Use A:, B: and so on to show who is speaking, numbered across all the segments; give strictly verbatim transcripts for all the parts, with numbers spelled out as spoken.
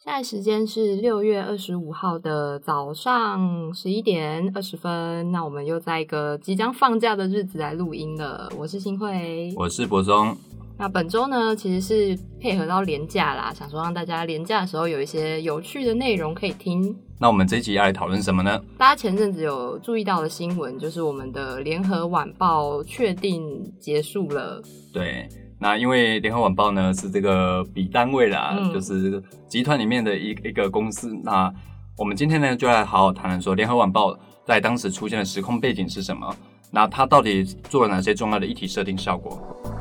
A: 现在时间是六月二十五号的早上十一点二十分，那我们又在一个即将放假的日子来录音了。我是新慧，
B: 我是柏松。
A: 那本周呢，其实是配合到连假啦，想说让大家连假的时候有一些有趣的内容可以听。
B: 那我们这一集要来讨论什么呢？
A: 大家前阵子有注意到的新闻，就是我们的联合晚报确定结束了。
B: 对。那因为联合晚报呢是这个比单位啦，嗯、就是集团里面的一一个公司。那我们今天呢就来好好谈谈说联合晚报在当时出现的时空背景是什么，那它到底做了哪些重要的议题设定效果。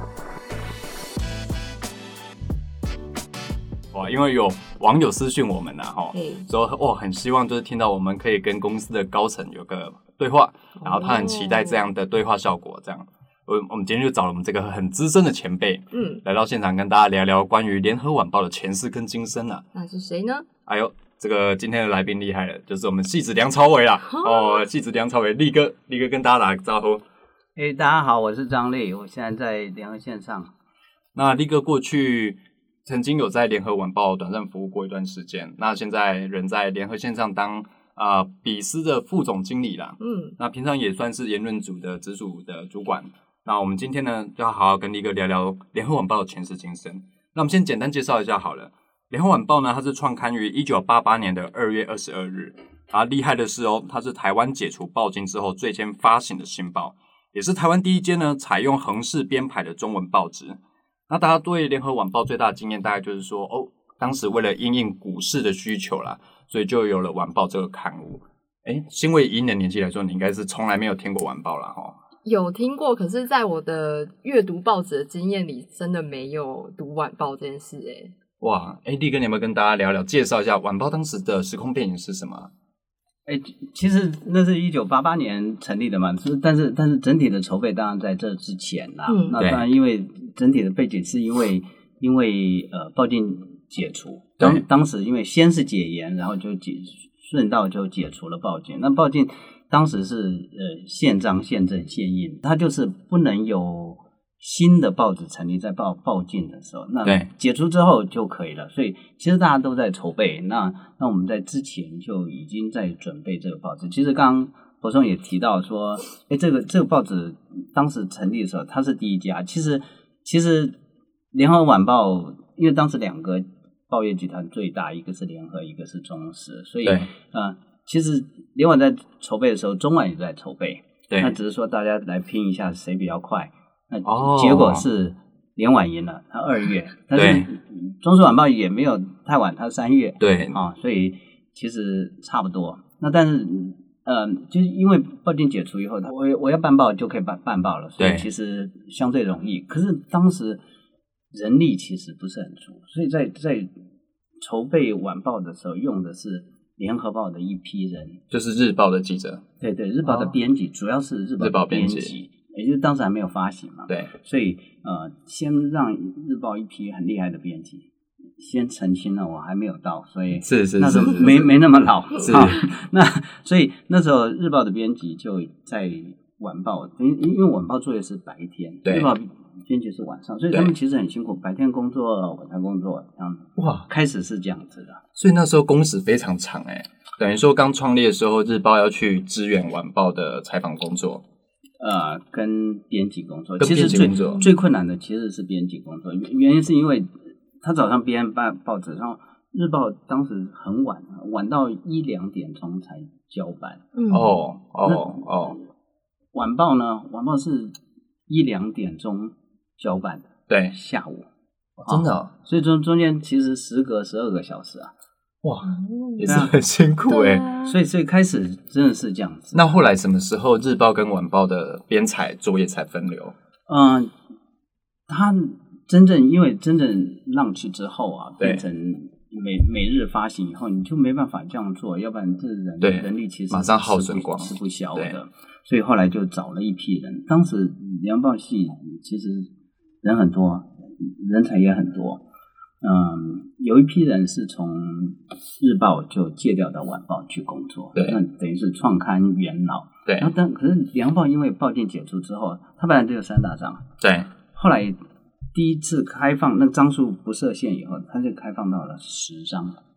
B: 哇，因为有网友私讯我们啊，齁，说哇很希望就是听到我们可以跟公司的高层有个对话，然后他很期待这样的对话效果，这样。我我们今天就找了我们这个很资深的前辈，嗯，来到现场跟大家聊聊关于联合晚报的前世跟今生啊。
A: 那是谁呢？
B: 哎呦，这个今天的来宾厉害了，就是我们戏子梁朝伟啦。哦，戏子梁朝伟，力哥，力哥跟大家打个招呼。
C: 哎，大家好，我是张力，我现在在联合线上。
B: 那力哥过去曾经有在联合晚报短暂服务过一段时间，那现在人在联合线上当啊、呃、比斯的副总经理啦。嗯，那平常也算是言论组的直属的主管。那我们今天呢，就要好好跟力哥聊聊联合晚报的前世今生。那我们先简单介绍一下好了。联合晚报呢，它是创刊于一九八八年的二月二十二日。啊，厉害的是哦，它是台湾解除报禁之后最先发行的新报，也是台湾第一间呢采用横式编排的中文报纸。那大家对联合晚报最大的经验，大概就是说，哦，当时为了因应股市的需求啦，所以就有了晚报这个刊物。诶，新慧以你的年纪来说，你应该是从来没有听过晚报啦齁。
A: 有听过，可是在我的阅读报纸的经验里，真的没有读晚报这件事诶、欸。
B: 哇，哎，力哥，你有没有跟大家聊聊，介绍一下晚报当时的时空背景是什么？
C: 哎，其实那是一九八八年成立的嘛，但是但是整体的筹备当然在这之前啦。嗯，那当然因为整体的背景是因为因为呃报禁解除，当当时因为先是解严，然后就解顺道就解除了报禁。那报禁当时是呃宪章、宪政、宪印，它就是不能有新的报纸成立在报报禁的时候，那解除之后就可以了。所以其实大家都在筹备，那那我们在之前就已经在准备这个报纸。其实刚刚柏松也提到说，哎，这个这个报纸当时成立的时候，它是第一家。其实其实联合晚报，因为当时两个报业集团最大，一个是联合，一个是中时，所以呃。其实联晚在筹备的时候，中晚也在筹备，对，那只是说大家来拼一下谁比较快。那结果是联晚赢了，他二月，但是中时晚报也没有太晚，他三月，
B: 对
C: 啊，所以其实差不多。那但是呃，就是因为报禁解除以后，我我要办报就可以办办报了，所以其实相对容易。可是当时人力其实不是很足，所以在在筹备晚报的时候用的是联合报的一批人，
B: 就是日报的记者，
C: 对对，日报的编辑、哦、主要是日报的编辑，也就是当时还没有发行嘛，
B: 对，所
C: 以呃，先让日报一批很厉害的编辑先澄清了，我还没有到，所以
B: 是是
C: 那时候没没那么老，是、啊、那所以那时候日报的编辑就在晚报，因因为晚报作业是白天，
B: 对，
C: 日报编辑是晚上，所以他们其实很辛苦，白天工作，晚上工作，这样子。哇，开始是这样子的。
B: 所以那时候工时非常长诶，等于说刚创立的时候，日报要去支援晚报的采访工作，
C: 呃，跟编辑工作。
B: 跟编辑工作
C: 其实最最困难的其实是编辑工作，原因是因为他早上编报报纸，然后日报当时很晚，晚到一两点钟才交版。
B: 嗯、哦哦哦，
C: 晚报呢？晚报是一两点钟交版的，
B: 对，
C: 下午，
B: 哦、真的、哦，
C: 所以中中间其实时隔十二个小时啊，
B: 哇，也是很辛苦哎、
C: 欸，所以所以开始真的是这样子。
B: 那后来什么时候日报跟晚报的编采作业才分流？
C: 嗯、呃，他真正因为真正launch之后啊，变成每每日发行以后，你就没办法这样做，要不然这人人力其实
B: 马上耗损光，
C: 吃不消的。所以后来就找了一批人，当时联报系其实人很多，人才也很多。嗯，有一批人是从日报就借调到晚报去工作，
B: 对，
C: 那等于是创刊元老。
B: 对，
C: 然后但可是联报因为报禁解除之后，它本来只有三大章，
B: 对，
C: 后来第一次开放那张数不设限以后，它就开放到了十章。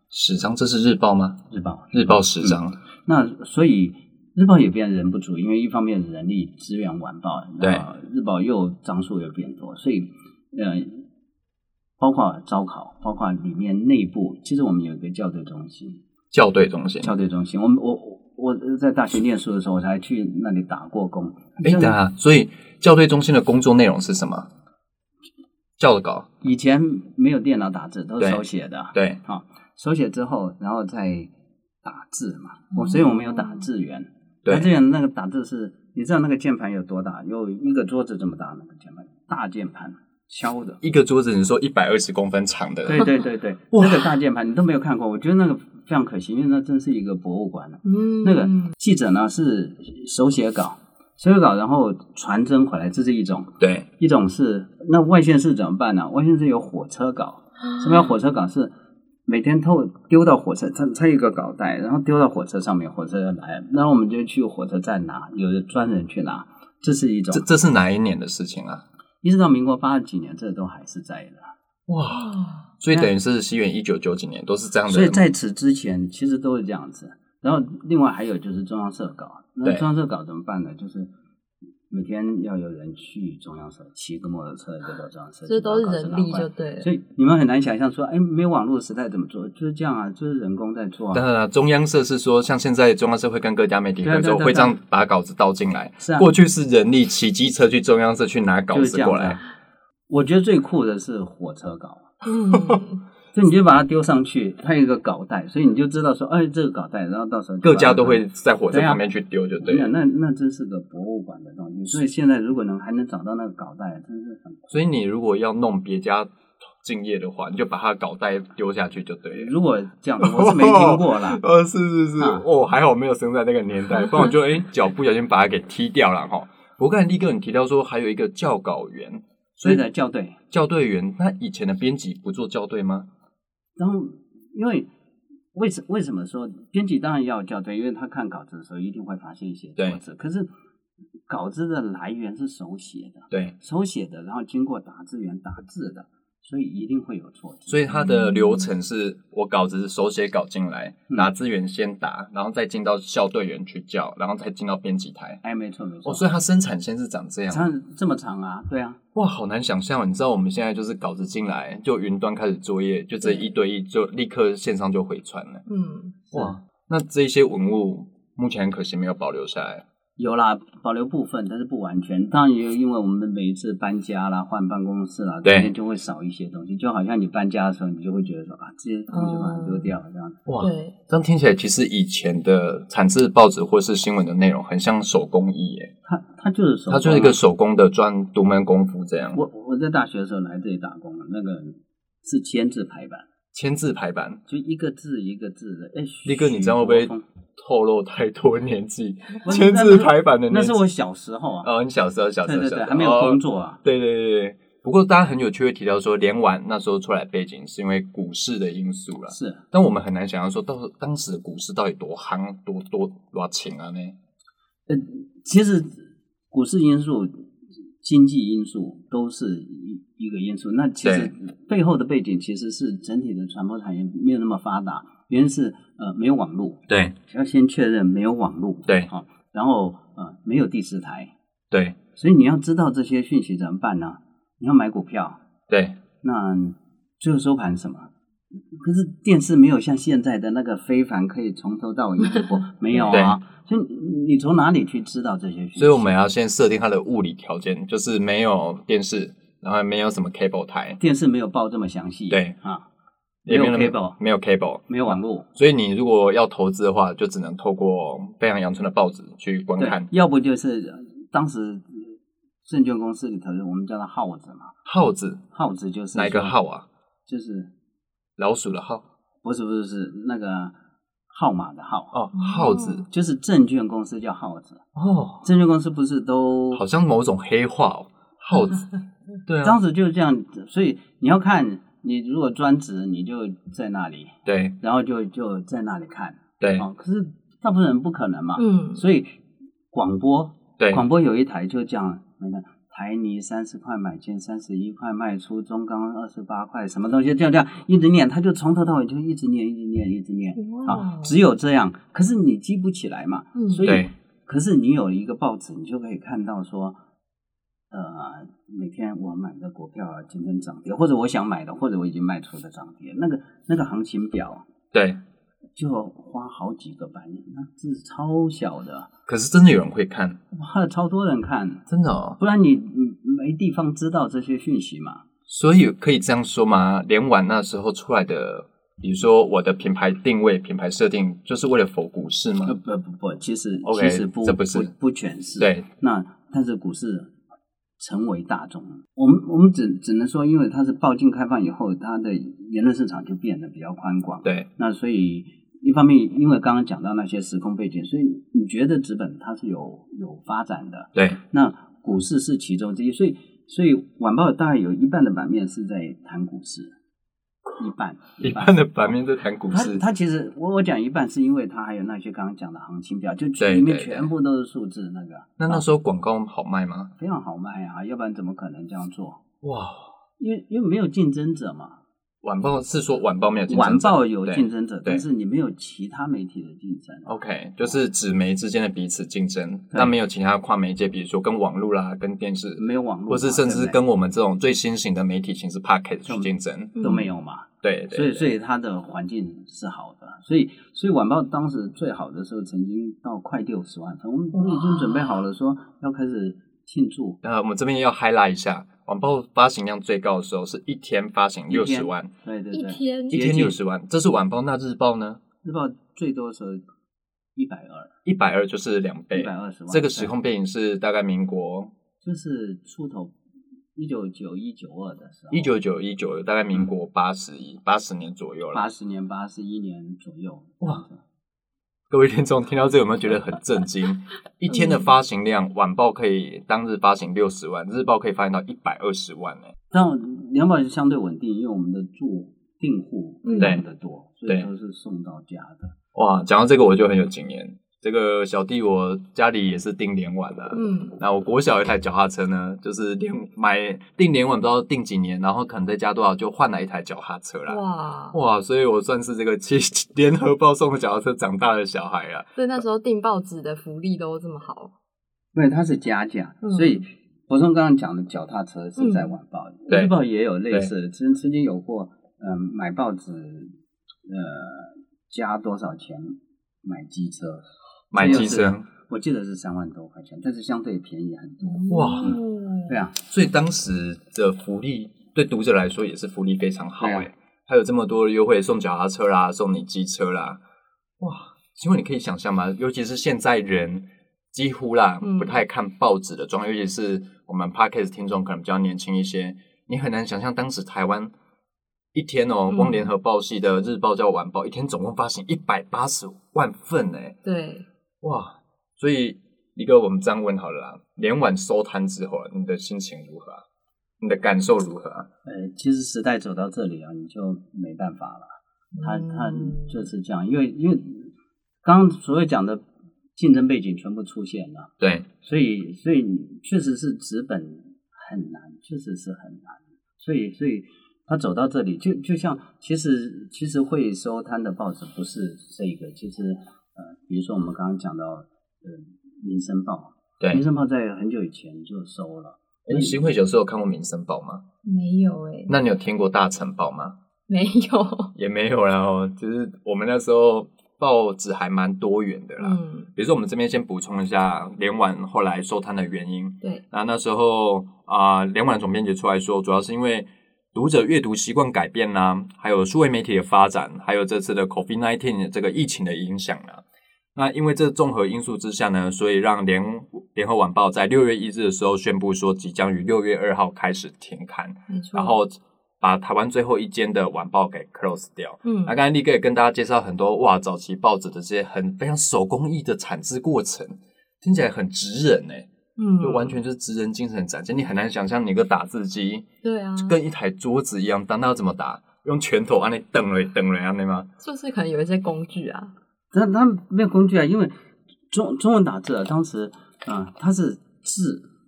B: 十张，这是日报吗？
C: 日报，
B: 日报十张、
C: 嗯。那所以日报也变人不足，因为一方面人力资源晚报，
B: 对，
C: 日报又张数又变多，所以呃，包括招考，包括里面内部，其实我们有一个校对中心，
B: 校对中心，
C: 校对中心，我们我我在大学念书的时候，我才去那里打过工。
B: 哎，等下，所以校对中心的工作内容是什么？校的稿，
C: 以前没有电脑打字，都是手写的。
B: 对，
C: 好、哦，手写之后，然后再打字嘛。我、嗯、所以我们有打字员。
B: 对，
C: 打字员那个打字是，你知道那个键盘有多大？有一个桌子这么大，那个键盘，大键盘敲的。
B: 一个桌子，你说一百二十公分长的。
C: 对对对对，那个大键盘你都没有看过，我觉得那个非常可惜，因为那真是一个博物馆了。嗯，那个记者呢是手写稿。手写稿，然后传真回来，这是一种。
B: 对，
C: 一种是那外县市怎么办呢？外县市有火车稿，什么叫火车稿？是每天偷丢到火车，它它有一个稿袋，然后丢到火车上面，火车来，然后我们就去火车站拿，有专人去拿，这是一种。
B: 这这是哪一年的事情啊？
C: 一直到民国八十几年，这都还是在的。
B: 哇，所以等于是西元一九九几年都是这样的。
C: 所以在此之前，其实都是这样子。然后另外还有就是中央社稿，那中央社稿怎么办呢？就是每天要有人去中央社，骑个摩托车就到中央社，
A: 这都是人力就对了。
C: 所以你们很难想象说，哎，没有网络时代怎么做？就是这样啊，就是人工在做啊。
B: 当然了，中央社是说，像现在中央社会跟各家媒体合作，会这样把稿子倒进来。
C: 是啊，
B: 过去是人力骑机车去中央社去拿稿子过来。
C: 我觉得最酷的是火车稿。嗯。所以你就把它丢上去，它有一个稿袋，所以你就知道说，哎，这个稿袋，然后到时候
B: 各家都会在火车旁边去丢，就对了。
C: 那那真是个博物馆的东西。所以现在如果能还能找到那个稿袋，真是很。
B: 所以你如果要弄别家敬业的话，你就把它稿袋丢下去就对了。
C: 如果这样，我是没听过啦。
B: 呃，是是是，啊、哦，还好没有生在那个年代，不然我就哎脚不小心把它给踢掉了哈。不过刚才立哥你提到说还有一个校稿员，
C: 所以的校对
B: 校对员，那以前的编辑不做校对吗？
C: 然后，因为为什为什么说编辑当然要校对，因为他看稿子的时候一定会发现一些错字。可是稿子的来源是手写的，
B: 对，
C: 手写的，然后经过打字员打字的，所以一定会有错字。
B: 所以它的流程是我稿子是手写稿进来，嗯、打字员先打，然后再进到校对员去校，然后再进到编辑台。
C: 哎，没错没错。
B: 哦，所以它生产线是长这样，
C: 长这么长啊？对啊。
B: 哇，好难想象！你知道我们现在就是稿子进来，就云端开始作业，就这一对一，就立刻线上就回传了。
A: 嗯，
B: 哇，那这些文物目前很可惜没有保留下来。
C: 有啦，保留部分，但是不完全。当然也因为我们每一次搬家啦、换办公室啦，中间就会少一些东西。就好像你搬家的时候，你就会觉得说啊，这些东西把它丢掉了这样子。
B: 哇，对，这样听起来其实以前的产制报纸或是新闻的内容很像手工艺耶。
C: 它它就是手工、啊，
B: 它就是一个手工的专独门功夫这样。
C: 我我在大学的时候来这里打工，那个是签字排版。
B: 签字排版，
C: 就一个字一个字的。哎，
B: 立哥，你这样会不会透露太多年纪？签字排版的年纪，
C: 那是我小时候啊。
B: 哦，你小时候，小时候，
C: 对对对，还没有工作啊。
B: 哦、对对对对。不过大家很有趣会提到说，联晚那时候出来背景是因为股市的因素啦。
C: 是，
B: 但我们很难想象说，到当时的股市到底多夯、多多多钱啊呢？
C: 呃，其实股市因素、经济因素都是一一个因素。那其实背后的背景其实是整体的传播产业没有那么发达，原因是呃没有网络。
B: 对，
C: 要先确认没有网络。
B: 对，
C: 好、哦，然后呃没有第四台。
B: 对，
C: 所以你要知道这些讯息怎么办呢？你要买股票。
B: 对，
C: 那最后收盘什么？可是电视没有像现在的那个非凡可以从头到尾一直播，没有啊。所以你从哪里去知道这些讯息？
B: 所以我们要先设定它的物理条件，就是没有电视，然后没有什么 cable 台，
C: 电视没有报这么详细，
B: 对
C: 啊，没有 cable，
B: 没有 cable，
C: 没有网络。
B: 所以你如果要投资的话，就只能透过非常阳春的报纸去观看，
C: 要不就是当时证券公司里头我们叫它号子嘛。
B: 号子，
C: 号子就是
B: 哪一个号啊？
C: 就是
B: 老鼠的号？
C: 不是不是是那个号码的号。
B: 哦，号子
C: 就是证券公司叫号子。
B: 哦，
C: 证券公司不是都
B: 好像某种黑话哦，号子。对啊，
C: 当时就是这样，所以你要看，你如果专职，你就在那里，
B: 对，
C: 然后就就在那里看，
B: 对。
C: 哦，可是大部分人不可能嘛，
A: 嗯，
C: 所以广播，
B: 对，
C: 广播有一台就这样， 台泥三十块买进，三十一块卖出，中钢二十八块，什么东西这样这样一直念，他就从头到尾就一直念，一直念，一直念。啊，只有这样，可是你记不起来嘛，嗯、所以，可是你有一个报纸，你就可以看到说，呃，每天我买的股票啊，今天涨跌，或者我想买的，或者我已经卖出的涨跌，那个那个行情表，
B: 对。
C: 就花好几个版面，那字超小的。
B: 可是真的有人会看，
C: 哇，超多人看，
B: 真的哦。
C: 不然你没地方知道这些讯息嘛。
B: 所以可以这样说吗？联晚那时候出来的，比如说我的品牌定位、品牌设定，就是为了否股市吗？
C: 不不不，其实
B: okay,
C: 其实不，
B: 这不是
C: 不, 不全是。
B: 对，
C: 那但是股市成为大众，我们我们只只能说，因为它是报禁开放以后，它的言论市场就变得比较宽广。
B: 对，
C: 那所以。一方面，因为刚刚讲到那些时空背景，所以你觉得纸本它是有有发展的。
B: 对，
C: 那股市是其中之一，所以所以晚报大概有一半的版面是在谈股市，一半
B: 一半的版面在谈股市。
C: 它它其实我我讲一半是因为它还有那些刚刚讲的行情表，就里面全部都是数字那个。
B: 那那时候广告好卖吗？
C: 非常好卖啊，要不然怎么可能这样做？
B: 哇，
C: 因为因为没有竞争者嘛。
B: 晚报是说晚报没有竞争者，
C: 晚报有竞争者，但是你没有其他媒体的竞争。
B: OK， 就是纸媒之间的彼此竞争，但没有其他跨媒介，比如说跟网络啦、跟电视，
C: 没有网络，
B: 或是甚至跟我们这种最新型的媒体形式 Podcast 去竞争
C: 都没有嘛。
B: 对，对，
C: 所以所以它的环境是好的，所以所以晚报当时最好的时候，曾经到快六十万份，我们都已经准备好了，说要开始庆祝。
B: 呃，我们这边要 highlight 一下。晚报发行量最高的时候是一天发行六十万，
C: 对对对，
A: 一天
B: 一天六十万，这是晚报。那日报呢？
C: 日报最多的时候一百二，
B: 一百二就是两倍，
C: 一百二十万。
B: 这个时空背景是大概民国，
C: 就是出头一九九一九二的时候，
B: 一九九一九二大概民国八十一八十年左右了，
C: 八十年八十一年左右。
B: 哇！各位听众听到这有没有觉得很震惊？一天的发行量，晚报可以当日发行六十万，日报可以发行到一百二十万哎。
C: 但联报相对稳定，因为我们的住订户量的多，所以都是送到家的。
B: 哇，讲到这个我就很有经验。这个小弟我家里也是订联晚的，嗯，那我国小有一台脚踏车呢，就是联买订联晚不知道订几年，然后可能再加多少就换了一台脚踏车啦。哇哇，所以我算是这个联合报送的脚踏车长大的小孩啊。
A: 所以那时候订报纸的福利都这么好？
C: 对，它是加价，嗯、所以博松刚刚讲的脚踏车是在晚报，日、嗯、报也有类似的，曾曾经有过，嗯、呃，买报纸，呃，加多少钱买机车。
B: 买机车，
C: 我记得是三万多块钱，但是相对便宜很多。哇、嗯，对啊，
B: 所以当时的福利对读者来说也是福利非常好哎、欸，还有这么多的优惠，送脚踏车啦，送你机车啦，哇！因为你可以想象吗？尤其是现在人几乎啦、嗯、不太看报纸的状况，尤其是我们 Podcast 听众可能比较年轻一些，你很难想象当时台湾一天哦，光联合报系的日报叫晚报，一天总共发行一百八十万份哎、欸，
A: 对。
B: 哇，所以李哥，我们这样问好了啦，联晚收摊之后，你的心情如何啊？你的感受如何啊？
C: 呃，其实时代走到这里啊，你就没办法了。他他就是这样，因为因为刚刚所谓讲的竞争背景全部出现了，
B: 对，
C: 所以所以确实是纸本很难，确实是很难，所以所以他走到这里，就就像其实其实会收摊的报纸不是这个，其实。呃，比如说我们刚刚讲到，呃，民生报，
B: 对，
C: 民生报在很久以前就收了。
B: 哎，新会有时候有看过民生报吗？
A: 没有哎、欸。
B: 那你有听过大成报吗？
A: 没有，
B: 也没有啦哦。就是我们那时候报纸还蛮多元的啦。嗯，比如说我们这边先补充一下联晚后来收摊的原因。
A: 对，
B: 那那时候啊，联晚总编辑出来说，主要是因为读者阅读习惯改变啦、啊，还有数位媒体的发展，还有这次的 COVID 十九 这个疫情的影响啦。那因为这综合因素之下呢，所以让联联合晚报在六月一日的时候宣布说，即将于六月二号开始停刊，然后把台湾最后一间的晚报给 close 掉。嗯，那刚才立哥也跟大家介绍很多哇，早期报纸的这些很非常手工艺的产制过程，听起来很职人哎、欸。嗯，就完全就是职人精神展现，你很难想象你个打字机，
A: 对啊，
B: 就跟一台桌子一样，当它怎么打？用拳头按那蹬了蹬了按那吗？
A: 就是可能有一些工具啊。
C: 他他没有工具啊，因为中中文打字啊，当时啊、呃，它是字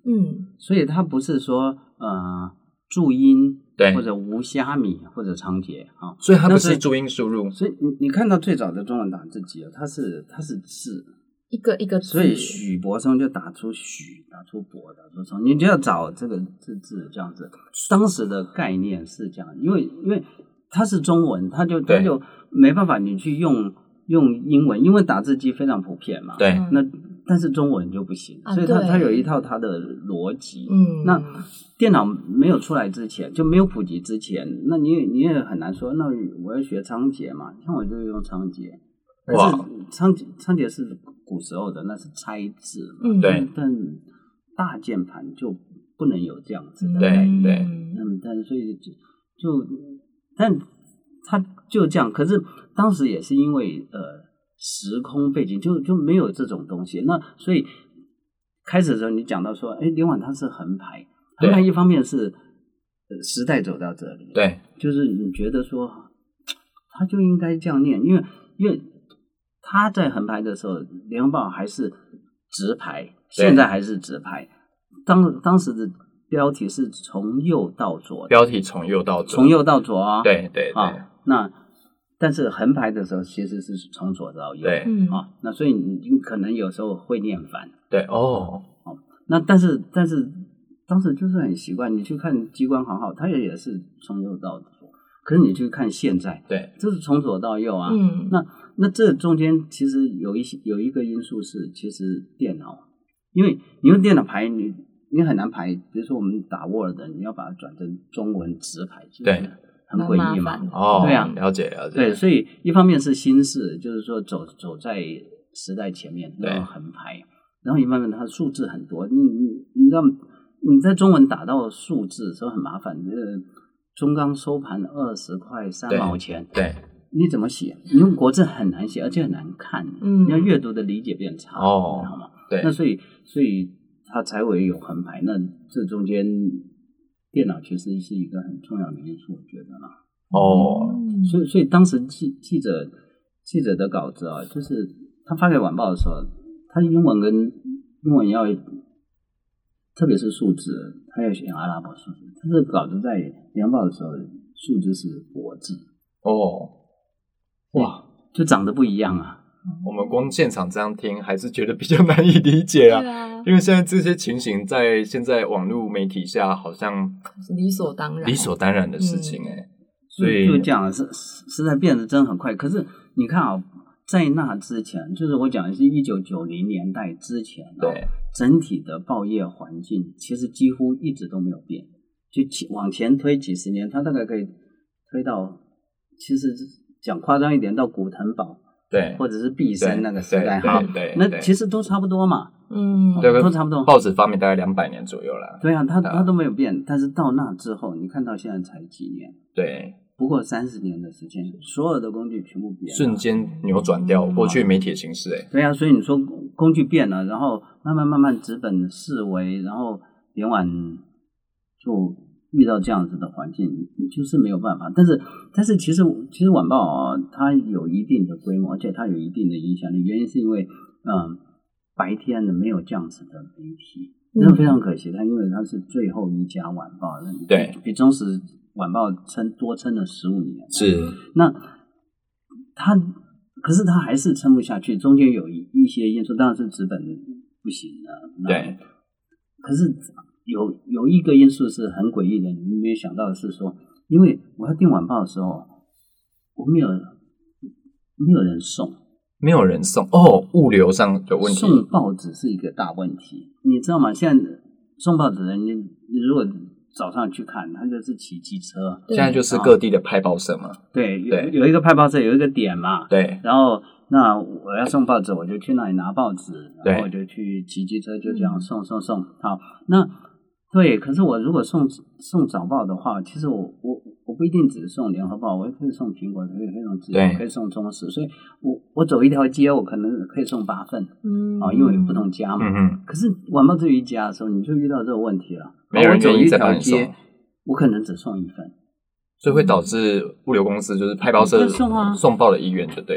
C: 嗯，所以它不是说呃注音
B: 对
C: 或者无虾米或者仓颉啊，
B: 所以它不是注音输入。
C: 所以你你看到最早的中文打字机啊，它是它是字。
A: 一个一个字，
C: 所以许伯松就打出许，打出伯，打出松，你就要找这个字字这样子。当时的概念是这样，因为因为它是中文，它就它就没办法你去用用英文，因为打字机非常普遍嘛。
B: 对，
C: 那但是中文就不行，
A: 啊、
C: 所以它它有一套它的逻辑。
A: 嗯，
C: 那电脑没有出来之前，就没有普及之前，那你也你也很难说，那我要学仓颉嘛，像我就用仓颉。哇，仓仓颉是古时候的，那是拆字嘛，
A: 嗯，
B: 对，
C: 但大键盘就不能有这样子的，
B: 对对，
C: 嗯，但所以就就，但他就这样，可是当时也是因为呃时空背景就就没有这种东西，那所以开始的时候你讲到说，哎，连环它是横排，横排一方面是呃时代走到这里，
B: 对，
C: 就是你觉得说他就应该这样念，因为因为。他在横排的时候，联合报还是直排，现在还是直排。当当时的标题是从右到左，
B: 标题从右到左，
C: 从右到左啊、哦。
B: 对对对。
C: 啊，那但是横排的时候其实是从左到右，
B: 对
C: 啊，那所以你可能有时候会念反。
B: 对哦，
C: 哦，那但是但是当时就是很习惯，你去看机关行号，它也也是从右到左。可是你去看现在，
B: 对，
C: 这是从左到右啊。
A: 嗯，
C: 那那这中间其实有一些有一个因素是，其实电脑，因为你用电脑排，你你很难排。比如说我们打 Word， 你要把它转成中文直排，
B: 对，
C: 很诡异嘛。
B: 哦，
C: 对啊，
B: 了解了解。
C: 对，所以一方面是新式，就是说走走在时代前面，然后横排，然后一方面它数字很多，你你你知道你在中文打到数字的时候很麻烦，呃。中钢收盘二十块三毛钱，
B: 对，
C: 你怎么写？你用国字很难写，而且很难看，嗯，你要阅读的理解变差，
B: 哦，
C: 好吗？
B: 对，
C: 那所以所以它才会有横排，那这中间电脑其实是一个很重要的因素，我觉得啦。
B: 哦，
C: 嗯、所以所以当时记记者记者的稿子啊，就是他发给晚报的时候，他英文跟英文要。特别是数字，他要写阿拉伯数字。他这个稿子在联合报的时候，数字是国字
B: 哦，哇，
C: 就长得不一样啊。
B: 我们光现场这样听，还是觉得比较难以理解啊。
A: 啊，
B: 因为现在这些情形在现在网络媒体下，好像
A: 是理所当然、
B: 理所当然的事情哎、欸嗯。
C: 所以就这样，是时代变得真的很快。可是你看啊。在那之前，就是我讲的是一九九零年代之前、哦，
B: 对
C: 整体的报业环境其实几乎一直都没有变，就往前推几十年，它大概可以推到，其实讲夸张一点，到古腾堡，
B: 对，
C: 或者是毕生那个时代哈，那其实都差不多嘛，
A: 嗯，
B: 对，
C: 都差不多。
B: 报纸发明大概两百年左右了，
C: 对啊，它它都没有变，但是到那之后，你看到现在才几年，
B: 对。
C: 不过三十年的时间，所有的工具全部变了，
B: 瞬间扭转掉过去媒体的形式。哎，
C: 对啊，所以你说工具变了，然后慢慢慢慢纸本式微，然后联晚就遇到这样子的环境，你就是没有办法。但是，但是其实其实晚报啊，它有一定的规模，而且它有一定的影响力。原因是因为，嗯，白天呢没有这样子的媒体，那非常可惜。它因为它是最后一家晚报，
B: 对，
C: 比中时晚报撑多撑了十五年，
B: 是
C: 那他，可是他还是撑不下去，中间有一一些因素，当然是纸本不行了。
B: 对，
C: 可是有有一个因素是很诡异的，你们没有想到的是说，因为我要订晚报的时候，我没有没有人送，
B: 没有人送哦，物流上有问题，
C: 送报纸是一个大问题，你知道吗？现在送报纸的人，你你如果早上去看，他就是骑机车。
B: 现在就是各地的派报社嘛。
C: 对，有有一个派报社，有一个点嘛。
B: 对。
C: 然后，那我要送报纸，我就去那里拿报纸，然后我就去骑机车，就这样送送送。好，那对，可是我如果送送早报的话，其实我我我不一定只是送联合报，我也可以送苹果，可以可以送自由，可以送中时，所以我我走一条街，我可能可以送八份。嗯。啊，因为有不同家嘛。嗯嗯。可是晚报只有一家的时候，你就遇到这个问题了。
B: 没人愿意再帮你送，
C: 我可能只送一份，
B: 所以会导致物流公司就是派报社
C: 送啊
B: 送报的意愿就对了。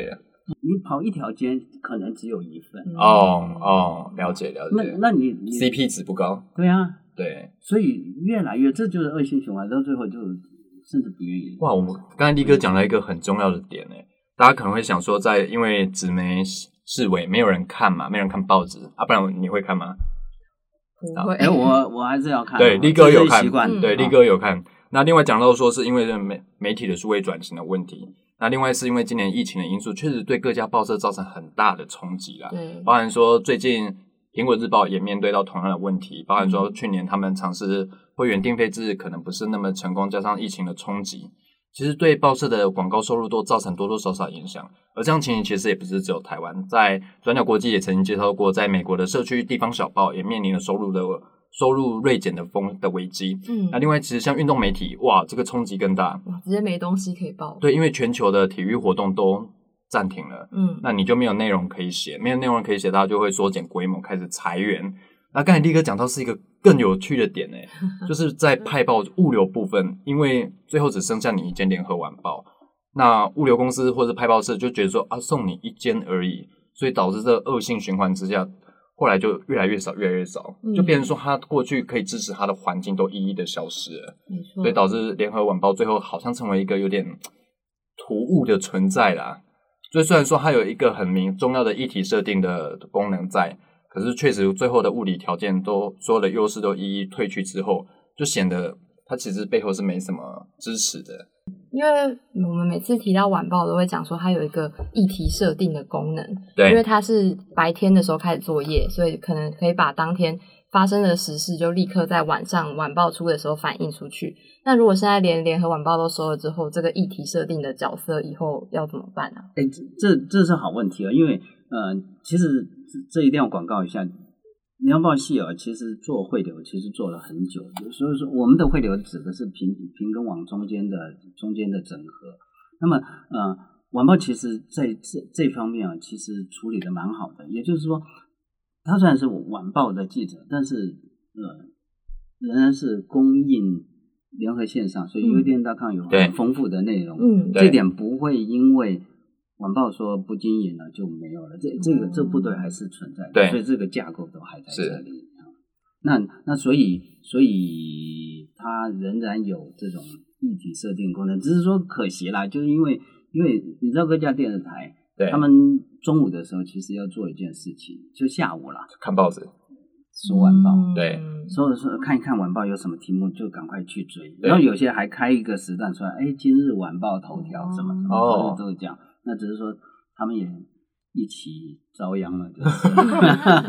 C: 你跑一条街可能只有一份。
B: 哦哦，了解了解。
C: 那那你, 你
B: C P 值不高。
C: 对啊，
B: 对，
C: 所以越来越这就是恶性循环，到最后就甚至不愿意。
B: 哇，我们刚才力哥讲了一个很重要的点诶，大家可能会想说，在因为纸媒式微没有人看嘛，没有人看报纸啊，不然你会看吗？
A: 不会。
C: 哎，我我还是要看。
B: 对，力哥有看，
C: 嗯、
B: 对，力哥有看。那另外讲到说，是因为媒媒体的数位转型的问题。那另外是因为今年疫情的因素，确实对各家报社造成很大的冲击啦。
A: 对，
B: 包含说最近苹果日报也面对到同样的问题，包含说去年他们尝试会员订费制可能不是那么成功，加上疫情的冲击，其实对报社的广告收入都造成多多少少影响。而这样情形其实也不是只有台湾，在转角国际也曾经介绍过，在美国的社区地方小报也面临了收入的收入锐减的风的危机。嗯，那另外其实像运动媒体，哇，这个冲击更大，
A: 哇，直接没东西可以报。
B: 对，因为全球的体育活动都暂停了，嗯，那你就没有内容可以写，没有内容可以写，大家就会缩减规模，开始裁员。那刚才力哥讲到是一个更有趣的点诶，就是在派报物流部分，因为最后只剩下你一间联合晚报，那物流公司或者派报社就觉得说啊，送你一间而已，所以导致这恶性循环之下。后来就越来越少，越来越少，就变成说他过去可以支持他的环境都一一的消失了，
A: 没错，
B: 所以导致联合晚报最后好像成为一个有点突兀的存在啦。所以虽然说它有一个很明重要的议题设定的功能在，可是确实最后的物理条件都所有的优势都一一退去之后，就显得它其实背后是没什么支持的。
A: 因为我们每次提到晚报都会讲说它有一个议题设定的功能，
B: 对，
A: 因为它是白天的时候开始作业，所以可能可以把当天发生的时事就立刻在晚上晚报出的时候反映出去。那如果现在连联合晚报都收了之后，这个议题设定的角色以后要怎么办呢、啊？
C: 哎，这这是好问题啊，因为呃，其实这一定要广告一下。联合报系啊，其实做汇流其实做了很久，所以说我们的汇流指的是平平跟网中间的中间的整合。那么呃，晚报其实在这这方面啊，其实处理的蛮好的。也就是说，他虽然是晚报的记者，但是呃，仍然是供应联合线上，所以 U D N 点 com 有很丰富的内容。嗯，这点不会因为晚报说不经营了就没有了，这这个这部队还是存在的，
B: 对，
C: 所以这个架构都还在这里。那那所以所以它仍然有这种议题设定功能，只是说可惜啦，就是因为因为你知道各家电视台，
B: 对，
C: 他们中午的时候其实要做一件事情，就下午啦，
B: 看报纸，
C: 说晚报，
B: 嗯、对，
C: 所以说看一看晚报有什么题目就赶快去追，然后有些还开一个时段出来，哎，今日晚报头条什么什么，哦，都是这样。那只是说他们也一起遭殃了，就是。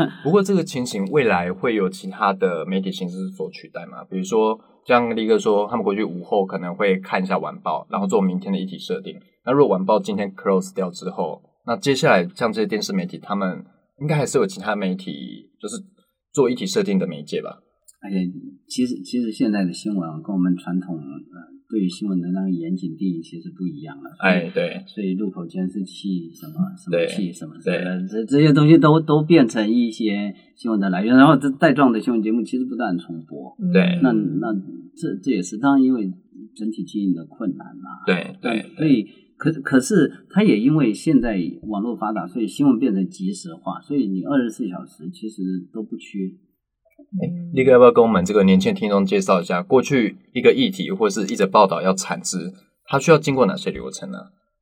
B: 不过这个情形未来会有其他的媒体形式所取代吗？比如说像力哥说，他们回去午后可能会看一下晚报，然后做明天的议题设定。那如果晚报今天 close 掉之后，那接下来像这些电视媒体，他们应该还是有其他媒体就是做议题设定的媒介吧？
C: 而且其实其实现在的新闻跟我们传统呃对于新闻的那个严谨定义其实不一样了。
B: 哎，对，
C: 所以路口监视器什么什么器什么的，这这些东西都都变成一些新闻的来源，然后这带状的新闻节目其实不断重播。
B: 对，
C: 那那这这也是当然因为整体经营的困难嘛。
B: 对对，
C: 所以可可是它也因为现在网络发达，所以新闻变成即时化，所以你二十四小时其实都不缺。
B: 哎，力哥要不要跟我们这个年轻听众介绍一下，过去一个议题或是一则报道要产制，它需要经过哪些流程呢？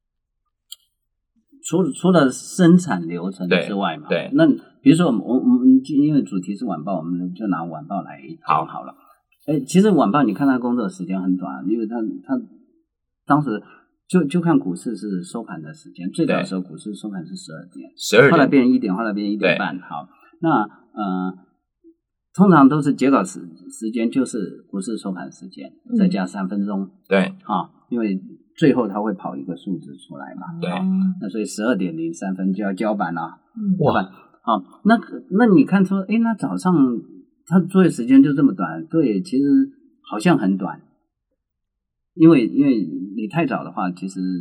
C: 除除了生产流程之外嘛，
B: 对，对
C: 那比如说我们我们因为主题是晚报，我们就拿晚报来讲好了。哎，其实晚报你看它工作时间很短，因为它它当时就就看股市是收盘的时间，最早的时候股市收盘是十二点，
B: 十二点，
C: 后来变成一点，后来变成一点半。好，那呃。通常都是截稿时时间就是股市收盘时间，嗯、再加三分钟。
B: 对，
C: 啊，因为最后它会跑一个数字出来嘛。
B: 对，
C: 那所以十二点零三分就要交板了。嗯，交板。好，那那你看说，哎，那早上它作业时间就这么短？对，其实好像很短，因为因为你太早的话，其实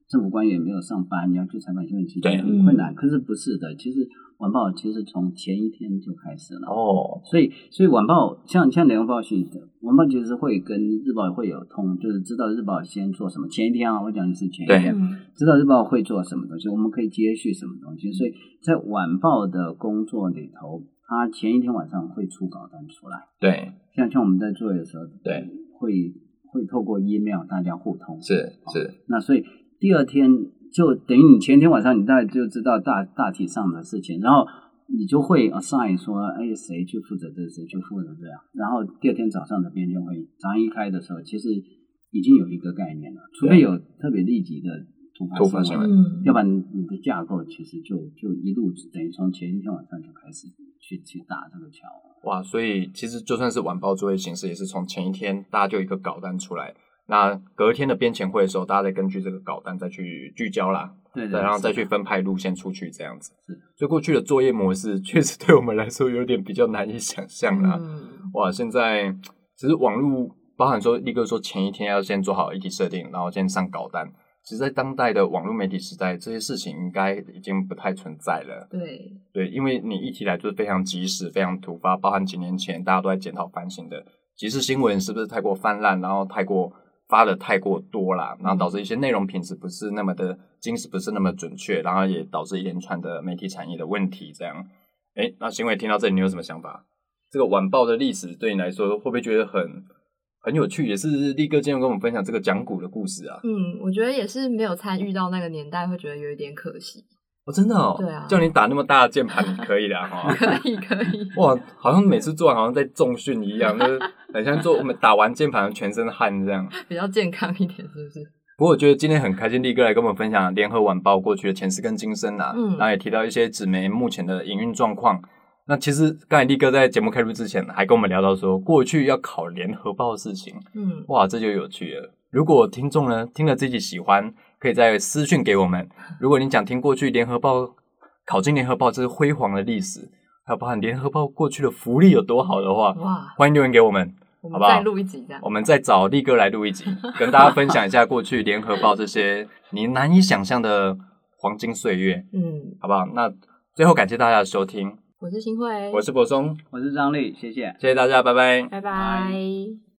C: 政府官员没有上班，你要去采访新闻，其实很困难。可是不是的，其实晚报其实从前一天就开始了哦。所以所以晚报像像联合报系的晚报其实会跟日报会有通，就是知道日报先做什么。前一天啊，我讲的是前一天，知道日报会做什么东西，我们可以接续什么东西。所以在晚报的工作里头，他前一天晚上会出稿单出来。
B: 对，
C: 像像我们在作业的时候，
B: 对，
C: 会会透过 email 大家互通。
B: 是是，
C: 那所以。第二天就等于你前天晚上你大概就知道大大体上的事情，然后你就会 assign 说，哎，谁去负责这，谁去负责这样。然后第二天早上的编辑会早上一开的时候，其实已经有一个概念了，除非有特别立即的突发新闻，嗯，要不然你的架构其实就就一路等于从前一天晚上就开始去去打这个桥。
B: 哇，所以其实就算是晚报作业形式，也是从前一天大家就有一个稿单出来。那隔天的编前会的时候，大家再根据这个稿单再去聚焦啦，
C: 对对，
B: 然后再去分派路线出去这样子。是，所以过去的作业模式确实对我们来说有点比较难以想象啦。嗯、哇，现在其实网络包含说立哥说前一天要先做好议题设定，然后先上稿单。其实，在当代的网络媒体时代，这些事情应该已经不太存在了。
A: 对
B: 对，因为你议题来就是非常及时、非常突发，包含几年前大家都在检讨反省的即时新闻是不是太过泛滥，然后太过。发的太过多啦，然后导致一些内容品质不是那么的精实，不是那么准确，然后也导致一连串的媒体产业的问题。这样，哎，那新伟听到这里，你有什么想法？这个晚报的历史对你来说，会不会觉得很很有趣？也是立哥今天跟我们分享这个讲古的故事啊。
A: 嗯，我觉得也是没有参与到那个年代，会觉得有一点可惜。
B: 哦，真的哦，
A: 对啊，
B: 叫你打那么大的键盘，你可以的哈。
A: 可以可以。
B: 哇，好像每次做完好像在重训一样，就是很像做我们打完键盘全身汗这样，
A: 比较健康一点，是不是？
B: 不过我觉得今天很开心，立哥来跟我们分享联合晚报过去的前世跟今生啊，嗯，然后也提到一些纸媒目前的营运状况。那其实刚才立哥在节目开录之前还跟我们聊到说，过去要考联合报的事情，嗯，哇，这就有趣了。如果听众呢听了自己喜欢，可以在私讯给我们。如果你想听过去联合报考进联合报这是辉煌的历史，还有包含联合报过去的福利有多好的话，哇，欢迎留言给我们，
A: 我们再录一集这样。
B: 我们再找立哥来录一集，跟大家分享一下过去联合报这些你难以想象的黄金岁月，嗯，好不好？那最后感谢大家的收听，
A: 我是新慧，
B: 我是柏松，
C: 我是张力，谢谢，
B: 谢谢大家，拜拜，
A: 拜拜。